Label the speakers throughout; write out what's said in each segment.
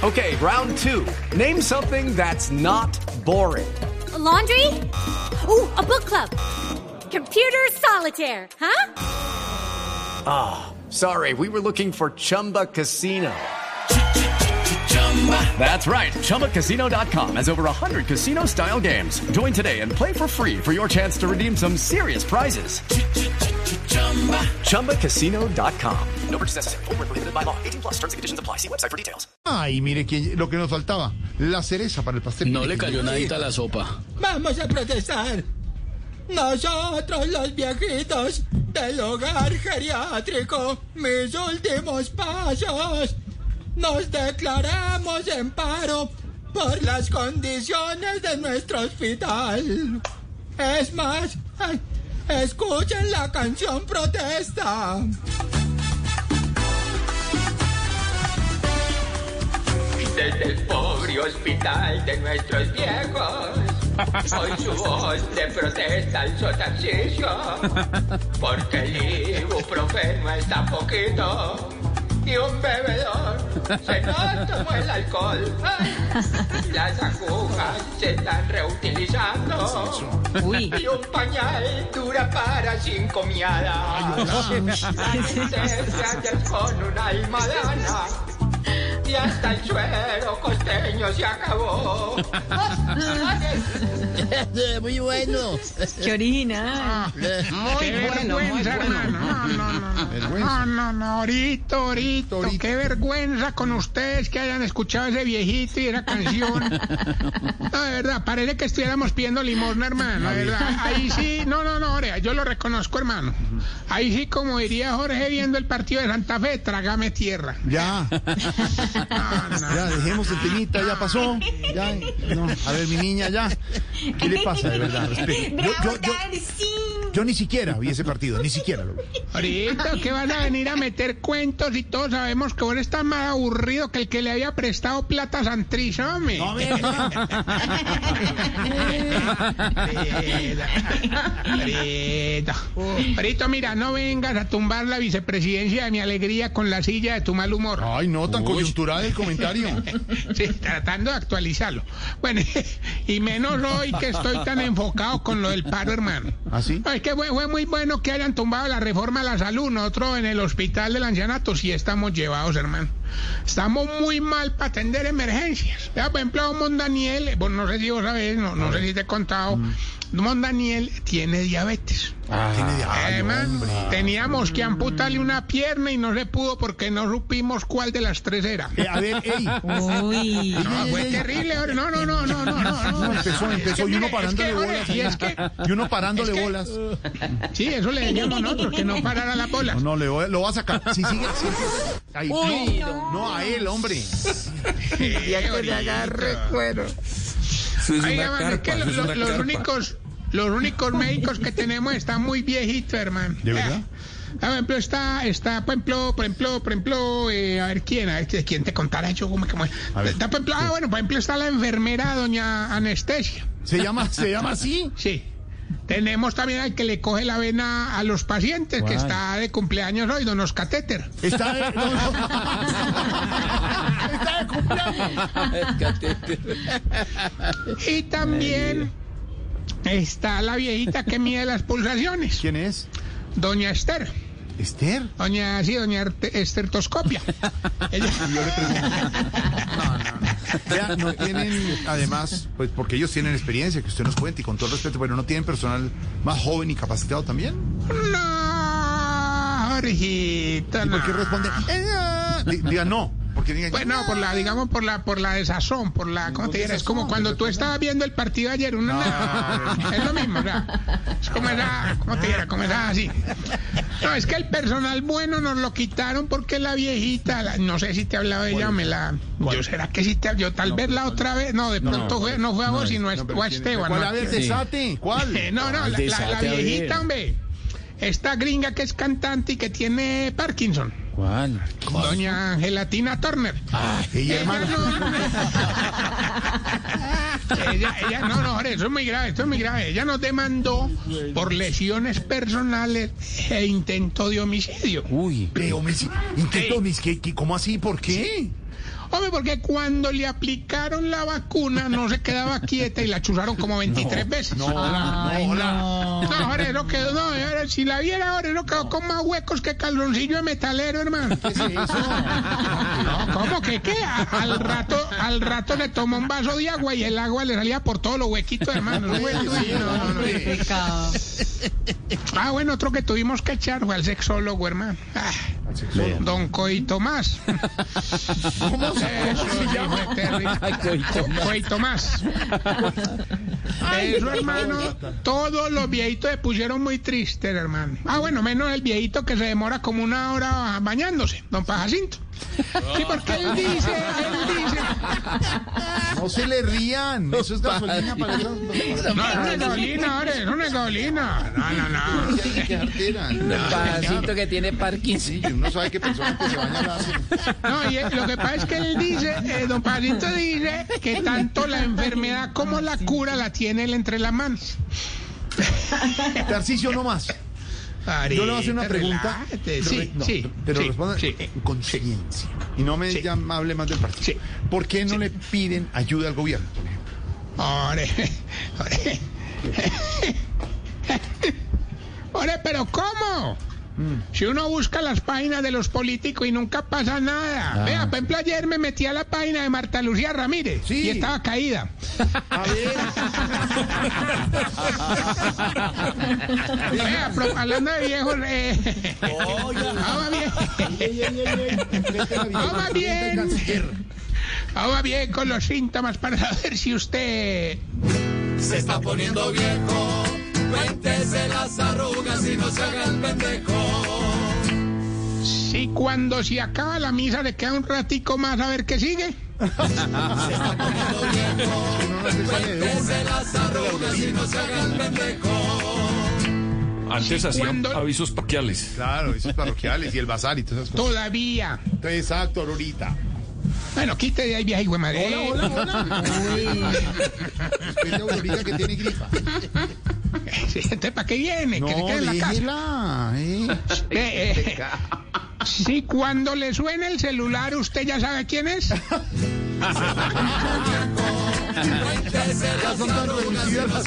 Speaker 1: Okay, round two. Name something that's not boring.
Speaker 2: A laundry? Ooh, a book club. Computer solitaire, huh?
Speaker 1: Ah, sorry, we were looking for Chumba Casino. That's right. ChumbaCasino.com has over 100 casino-style games. Join today and play for free for your chance to redeem some serious prizes. ChumbaCasino.com. No purchase necessary. Void where prohibited by law. 18+ terms and conditions apply. See website for details.
Speaker 3: Ay, mire lo que nos faltaba, la cereza para el pastel.
Speaker 4: No le cayó nadita a la sopa.
Speaker 5: Vamos a protestar. Nosotros los viejitos del hogar geriátrico, mis últimos pasos, nos declaramos en paro por las condiciones de nuestro hospital. Es más, escuchen la canción protesta. Desde el pobre hospital de nuestros viejos, hoy su voz de protesta alzó Tarcisio, porque el ibuprofeno está poquito y un bebedor se nos tomó el alcohol. Ay, las agujas se están reutilizando. Uy. Y un pañal dura para 5 miadas. La gente se halla con una almadana y hasta el suero costeño se acabó.
Speaker 6: Muy bueno.
Speaker 7: Qué original.
Speaker 5: Muy bueno, hermano. No, ahorita, qué vergüenza con ustedes que hayan escuchado ese viejito y esa canción. No, de verdad, parece que estuviéramos pidiendo limosna, hermano, de verdad. Ahí sí, no, Orea, yo lo reconozco, hermano. Ahí sí, como diría Jorge viendo el partido de Santa Fe, trágame tierra.
Speaker 3: Ya. Ya, dejemos el temita, ya pasó. Ya, no. A ver, mi niña, ya. ¿Qué le pasa, de verdad? Yo ni siquiera vi ese partido, ni siquiera lo vi.
Speaker 5: Ahorita, ¿qué vas a venir a meter cuentos y todos sabemos que vos estás más aburrido que el que le había prestado plata a Santrich, hombre? No, Ahorita, mira, no vengas a tumbar la vicepresidencia de mi alegría con la silla de tu mal humor.
Speaker 3: Ay, no, tan coyuntural el comentario.
Speaker 5: Sí, tratando de actualizarlo. Bueno, y menos hoy que estoy tan enfocado con lo del paro, hermano.
Speaker 3: ¿Ah, sí?
Speaker 5: No, es que fue muy bueno que hayan tumbado la reforma a la salud. Nosotros en el hospital del ancianato sí estamos llevados, hermano. Estamos muy mal para atender emergencias. Vea, por ejemplo, Mondaniel, no sé si vos sabés, no sé si te he contado, Mondaniel tiene diabetes.
Speaker 3: Tiene diabetes.
Speaker 5: Teníamos que amputarle una pierna y no se pudo porque no supimos cuál de las tres era.
Speaker 3: A ver, ey.
Speaker 7: Uy.
Speaker 5: No, fue terrible. No.
Speaker 3: Empezó y uno parándole bolas. Y uno parándole bolas.
Speaker 5: Sí, eso le decíamos nosotros, que no parara la bola.
Speaker 3: No, lo va a sacar. Si sigue. Ahí, no, a él, hombre.
Speaker 5: Ya que le agarre cuero. Oiga, es que los únicos médicos que tenemos están muy viejitos, hermano.
Speaker 3: ¿De verdad?
Speaker 5: Por ejemplo, está, por ejemplo, a ver quién te contará eso, cómo está, por ejemplo, está la enfermera doña Anestesia.
Speaker 3: ¿Se llama así?
Speaker 5: Sí. Tenemos también al que le coge la vena a los pacientes, que está de cumpleaños hoy, don Oscatéter.
Speaker 3: Está de cumpleaños.
Speaker 5: Y también está la viejita que mide las pulsaciones.
Speaker 3: ¿Quién es?
Speaker 5: Doña Esther.
Speaker 3: ¿Esther?
Speaker 5: Doña estertoscopia. Ella...
Speaker 3: Yo le pregunto. No tienen, además, pues porque ellos tienen experiencia, que usted nos cuente, y con todo respeto, pero no tienen personal más joven y capacitado también.
Speaker 5: No, Jorgito,
Speaker 3: ¿Y por qué responde? Diga no. Porque diga,
Speaker 5: bueno, por la desazón, ¿cómo te dirás? Es como cuando tú estabas viendo el partido ayer, es lo mismo, ¿verdad? Es como esa, ¿cómo te dirás? Como esa así. No, es que el personal bueno nos lo quitaron porque la viejita, no sé si te hablaba de ella o me la... ¿Cuál? ¿Será que sí yo tal vez la otra vez? No, de pronto no fue a vos, sino a Esteban.
Speaker 3: ¿Cuál? A ver, desate, ¿cuál?
Speaker 5: La viejita, hombre. Esta gringa que es cantante y que tiene Parkinson.
Speaker 4: ¿Cuál?
Speaker 5: Doña Gelatina Turner.
Speaker 3: Ella, hermano.
Speaker 5: Ella, no, eso es muy grave, Ella nos demandó por lesiones personales e intento de homicidio.
Speaker 4: Uy.
Speaker 3: Intento de homicidio, ¿cómo así? ¿Por qué?
Speaker 6: Hombre, porque cuando le aplicaron la vacuna no se quedaba quieta y la chuzaron como 23 veces.
Speaker 3: No, hola.
Speaker 6: No, ahora eso quedó, no, ahora, si la viera ahora, eso quedó con más huecos que calzoncillo de metalero, hermano.
Speaker 3: ¿Qué es eso?
Speaker 6: No, ¿cómo que qué? Al rato le tomó un vaso de agua y el agua le salía por todos los huequitos, hermano. No.
Speaker 7: Qué pecado.
Speaker 6: Ah, bueno, otro que tuvimos que echar fue al sexólogo, hermano. Don Coito Más.
Speaker 3: ¿Cómo se llama?
Speaker 6: Coito Más. Eso, hermano, todos los viejitos se pusieron muy tristes, hermano. Ah, bueno, menos el viejito que se demora como 1 hora bañándose, don Pajacinto. Sí, porque él dice.
Speaker 3: No se le rían. Eso es gasolina para eso.
Speaker 6: No es gasolina, ahora, no es gasolina. No.
Speaker 3: Qué artera.
Speaker 4: Pajacito que tiene Parkinson.
Speaker 3: Sí, uno sabe que personas que se bañan la hacen.
Speaker 6: No, y lo que pasa es que él dice, don Pajacinto dice que tanto la enfermedad como la cura la tiene él entre las manos.
Speaker 3: Tarcisio, no más. Yo le voy a hacer una pregunta. Pero responda con ciencia. Y no me hable más del partido.
Speaker 6: Sí.
Speaker 3: ¿Por qué no le piden ayuda al gobierno, por ejemplo?
Speaker 6: Ore, pero ¿cómo? Si uno busca las páginas de los políticos y nunca pasa nada. Vea, por ejemplo, ayer me metí a la página de Marta Lucía Ramírez y estaba caída.
Speaker 3: A ver.
Speaker 6: Vea, hablando de viejos, vamos bien con los síntomas para saber si usted
Speaker 8: se está poniendo viejo. Cuéntese las arrugas y no se haga el pendejo.
Speaker 6: Si cuando se acaba la misa le queda un ratico más a ver qué sigue.
Speaker 8: Se está poniendo viejo. Cuéntese las arrugas y no se haga el pendejo.
Speaker 9: Antes hacían avisos parroquiales.
Speaker 3: Claro, avisos parroquiales y el bazar y todas esas cosas.
Speaker 6: Todavía.
Speaker 3: Exacto, Aurorita.
Speaker 6: Bueno, quite de ahí, vieja hijo de madre.
Speaker 3: Hola. Espera, Aurorita, que tiene gripa.
Speaker 6: Sí, entonces, ¿para qué viene? Que se quede en la casa. Si cuando le suena el celular usted ya sabe quién es.
Speaker 3: Ya son tan reducidas.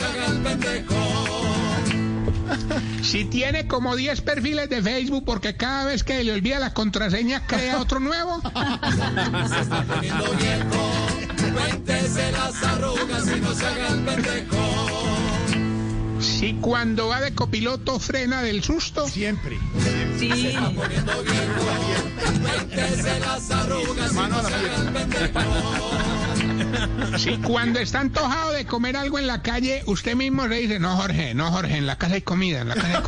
Speaker 6: Si tiene como 10 perfiles de Facebook porque cada vez que le olvida la contraseña crea otro nuevo.
Speaker 8: Se está poniendo viejo. Cuéntese las arrugas y no se haga el pendejo.
Speaker 6: Si cuando va de copiloto frena del susto.
Speaker 3: Siempre.
Speaker 7: Sí.
Speaker 8: Se está poniendo viejo. Cuéntese las arrugas y no se haga el pendejo.
Speaker 6: Si cuando está antojado de comer algo en la calle, usted mismo le dice, no Jorge, en la casa hay comida,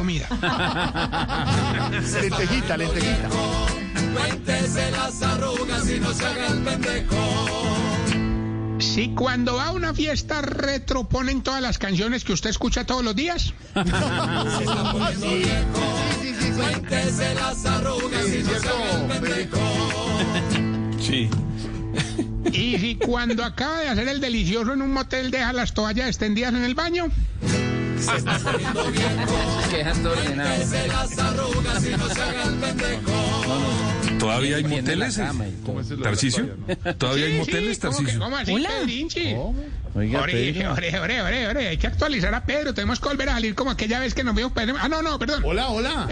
Speaker 3: Lentejita.
Speaker 8: Cuéntese las arrugas y no se haga el pendejo.
Speaker 6: Si cuando va a una fiesta retro ponen todas las canciones que usted escucha todos los días.
Speaker 8: Se está poniendo viejo. Cuéntese las arrugas y no se haga el pendejo.
Speaker 9: Sí.
Speaker 6: Y si cuando acaba de hacer el delicioso en un motel deja las toallas extendidas en el baño.
Speaker 8: Se está poniendo viejo. Cuéntese las arrugas y no se haga el pendejo.
Speaker 9: ¿Todavía hay moteles, Tarcisio? ¿Todavía hay moteles, Tarcisio?
Speaker 6: ¿Cómo así, Pedrinchi?
Speaker 4: Oiga,
Speaker 6: Ore, hay que actualizar a Pedro. Tenemos que volver a salir como aquella vez que nos vimos. Ah, no, perdón.
Speaker 3: Hola.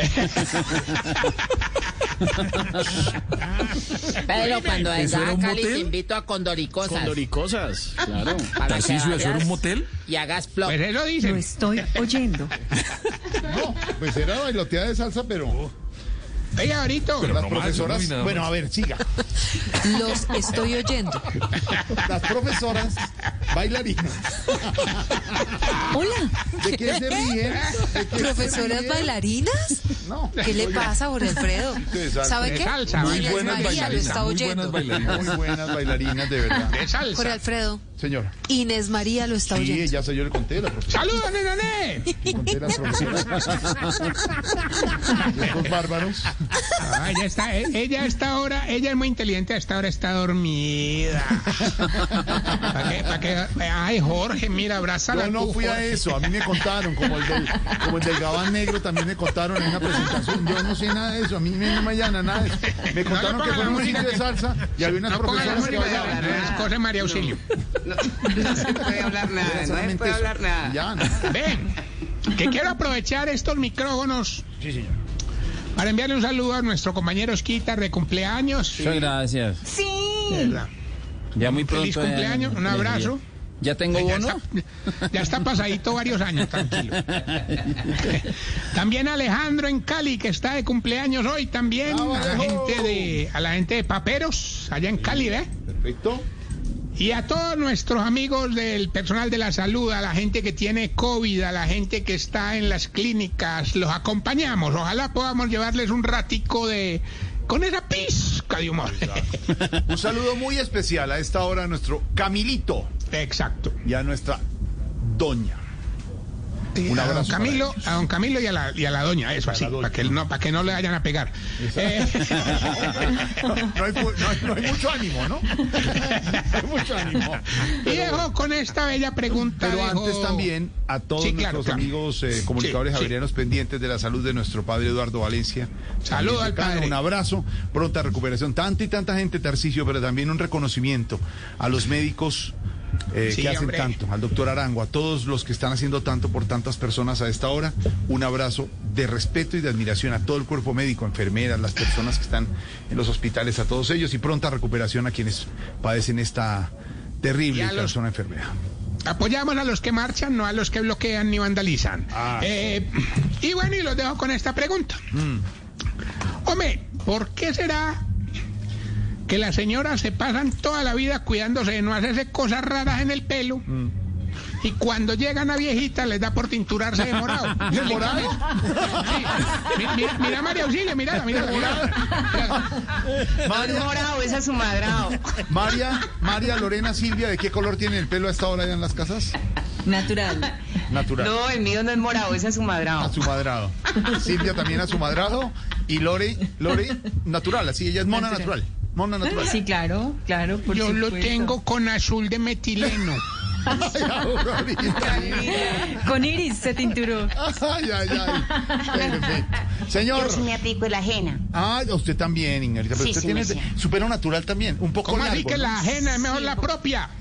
Speaker 10: Pedro, cuando
Speaker 9: ¿Eso
Speaker 10: venga
Speaker 9: era
Speaker 10: a
Speaker 9: un
Speaker 10: Cali
Speaker 9: motel?
Speaker 10: te invito a Condoricosas.
Speaker 4: Condoricosas, claro.
Speaker 10: Para que
Speaker 9: Tarcisio, ¿eso era
Speaker 10: vayas
Speaker 9: un motel?
Speaker 10: Y hagas flop.
Speaker 6: Pues eso
Speaker 7: Lo
Speaker 6: dicen.
Speaker 7: estoy oyendo.
Speaker 3: No, pues era bailoteada de salsa, pero
Speaker 6: Oiga, ahorita.
Speaker 3: las profesoras. Bueno, a ver, siga.
Speaker 11: Los estoy oyendo.
Speaker 3: Las profesoras bailarinas.
Speaker 11: Hola,
Speaker 3: ¿De qué se ríen?
Speaker 11: ¿profesoras bailarinas?
Speaker 3: No.
Speaker 11: ¿Qué le pasa, Jorge Alfredo? ¿Sabe
Speaker 6: De
Speaker 11: qué?
Speaker 6: salsa,
Speaker 3: Muy
Speaker 11: Inés
Speaker 3: buenas
Speaker 11: María lo está oyendo.
Speaker 3: Muy buenas bailarinas, de verdad.
Speaker 6: De salsa.
Speaker 11: Jorge Alfredo,
Speaker 3: Señora.
Speaker 11: Inés María lo está
Speaker 3: Sí,
Speaker 11: oyendo.
Speaker 3: ya sé, yo le conté a la profesora.
Speaker 6: ¡Saludos, nene!
Speaker 3: Conté a las profesoras. Estos bárbaros.
Speaker 6: Ah, ya está. Ella a esta hora, ella es muy inteligente, a esta hora está dormida. ¿Para qué? Ay, Jorge, mira, abrázala.
Speaker 3: Yo no
Speaker 6: tú,
Speaker 3: fui a
Speaker 6: Jorge.
Speaker 3: eso, a mí me contaron, como el del Gabán Negro también me contaron en una presentación. Yo no sé nada de eso, a mí no me llana nada de eso. Me contaron que fue en un sitio de salsa y había unas profesoras que bailaban.
Speaker 6: Corre María Auxilio.
Speaker 10: No se puede hablar nada, no se
Speaker 3: Solamente
Speaker 10: puede
Speaker 3: eso.
Speaker 10: hablar nada.
Speaker 3: Ya, no.
Speaker 6: Ven, que quiero aprovechar estos micrófonos
Speaker 3: Sí, señor.
Speaker 6: para enviarle un saludo a nuestro compañero Osquitar de cumpleaños.
Speaker 4: Muchas gracias.
Speaker 6: De verdad.
Speaker 4: Ya muy pronto.
Speaker 6: Feliz cumpleaños, un abrazo.
Speaker 4: ¿Ya tengo bono?
Speaker 6: Ya está pasadito varios años, tranquilo. También Alejandro en Cali, que está de cumpleaños hoy también. A la gente de Paperos, allá en Cali, ¿eh?
Speaker 3: Perfecto.
Speaker 6: Y a todos nuestros amigos del personal de la salud, a la gente que tiene COVID, a la gente que está en las clínicas, los acompañamos. Ojalá podamos llevarles un ratico con esa pizca de humor.
Speaker 3: Un saludo muy especial a esta hora a nuestro Camilito.
Speaker 6: Exacto.
Speaker 3: Y a nuestra Doña. Un
Speaker 6: a
Speaker 3: abrazo
Speaker 6: don Camilo y a la doña, eso así,
Speaker 3: doña.
Speaker 6: para que no le vayan a pegar.
Speaker 3: No hay mucho ánimo, ¿no? No hay mucho ánimo.
Speaker 6: Y dejo con esta bella pregunta.
Speaker 3: Pero antes también a todos nuestros amigos comunicadores javerianos pendientes de la salud de nuestro padre Eduardo Valencia.
Speaker 6: Saludos al padre.
Speaker 3: Un abrazo, pronta recuperación. Tanta y tanta gente, Tarcisio, pero también un reconocimiento a los médicos que hacen tanto, al doctor Arango, a todos los que están haciendo tanto por tantas personas a esta hora. Un abrazo de respeto y de admiración a todo el cuerpo médico, enfermeras, las personas que están en los hospitales, a todos ellos, y pronta recuperación a quienes padecen esta terrible persona enfermedad.
Speaker 6: Apoyamos a los que marchan, no a los que bloquean ni vandalizan. Y bueno, y los dejo con esta pregunta. Hombre, ¿por qué será que las señoras se pasan toda la vida cuidándose de no hacerse cosas raras en el pelo? Y cuando llegan a viejitas les da por tinturarse de morado.
Speaker 3: ¿De morado?
Speaker 6: Sí. Mira María Auxilio, mira.
Speaker 3: María,
Speaker 10: Morado, esa es su madrado.
Speaker 3: María, Lorena, Silvia, ¿de qué color tiene el pelo a esta hora allá en las casas?
Speaker 7: Natural.
Speaker 3: Natural.
Speaker 10: No, el mío no es morado, ese es su madrado.
Speaker 3: A su madrado. Silvia también a su madrado. Y Lore, natural, así, ella es mona natural. Mona natural.
Speaker 7: Sí, claro, por
Speaker 6: Yo lo
Speaker 7: supuesto.
Speaker 6: tengo con azul de metileno.
Speaker 3: Ay, Aurorita.
Speaker 7: Con iris se tinturó.
Speaker 3: Ay. Perfecto. Señor.
Speaker 12: Yo sí me aplico la ajena.
Speaker 3: Ah, usted también, Ignorita. Pero
Speaker 12: Sí,
Speaker 3: usted
Speaker 12: sí,
Speaker 3: tiene
Speaker 12: me sé.
Speaker 3: su pelo natural también. Un poco
Speaker 6: ¿Cómo
Speaker 3: largo,
Speaker 6: así que
Speaker 3: ¿no?
Speaker 6: la ajena es mejor la propia?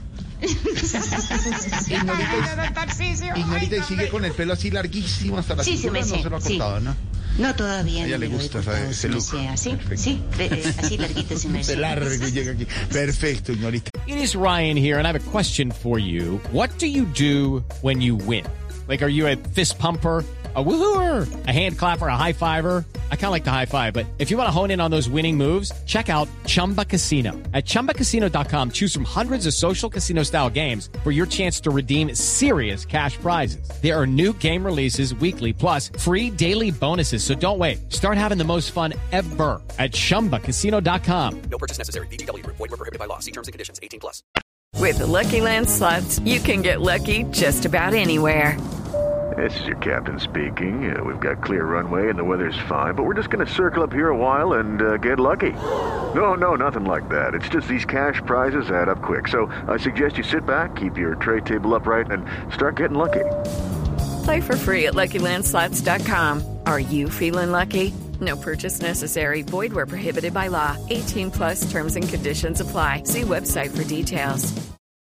Speaker 3: Ignorita y sigue con el pelo así larguísimo hasta la
Speaker 12: Sí, sí,
Speaker 3: cintura.
Speaker 12: me
Speaker 3: No
Speaker 12: sé,
Speaker 3: se lo ha
Speaker 12: sí.
Speaker 3: cortado, ¿no?
Speaker 12: No, todavía
Speaker 3: A ella
Speaker 12: no
Speaker 3: le
Speaker 12: me lo he
Speaker 3: gusta
Speaker 12: cortado,
Speaker 3: ese
Speaker 12: sí, me
Speaker 3: look.
Speaker 12: sé, así,
Speaker 3: Perfecto.
Speaker 12: sí, así larguito sí me sé.
Speaker 3: Largo y llega aquí. Perfecto, Ignorita.
Speaker 1: It is Ryan here, and I have a question for you. What do you do when you win? Like, are you a fist pumper, a woohooer, a hand clapper, a high fiver? I kind of like the high five, but if you want to hone in on those winning moves, check out Chumba Casino. At ChumbaCasino.com, choose from hundreds of social casino-style games for your chance to redeem serious cash prizes. There are new game releases weekly, plus free daily bonuses. So don't wait. Start having the most fun ever at ChumbaCasino.com.
Speaker 13: No purchase necessary. VGW. Void where prohibited by law. See terms and conditions. 18+.
Speaker 14: With the Lucky Land Slots, you can get lucky just about anywhere.
Speaker 15: This is your captain speaking. We've got clear runway and the weather's fine, but we're just going to circle up here a while and get lucky. No, nothing like that. It's just these cash prizes add up quick. So I suggest you sit back, keep your tray table upright, and start getting lucky.
Speaker 14: Play for free at LuckyLandSlots.com. Are you feeling lucky? No purchase necessary. Void where prohibited by law. 18+ terms and conditions apply. See website for details.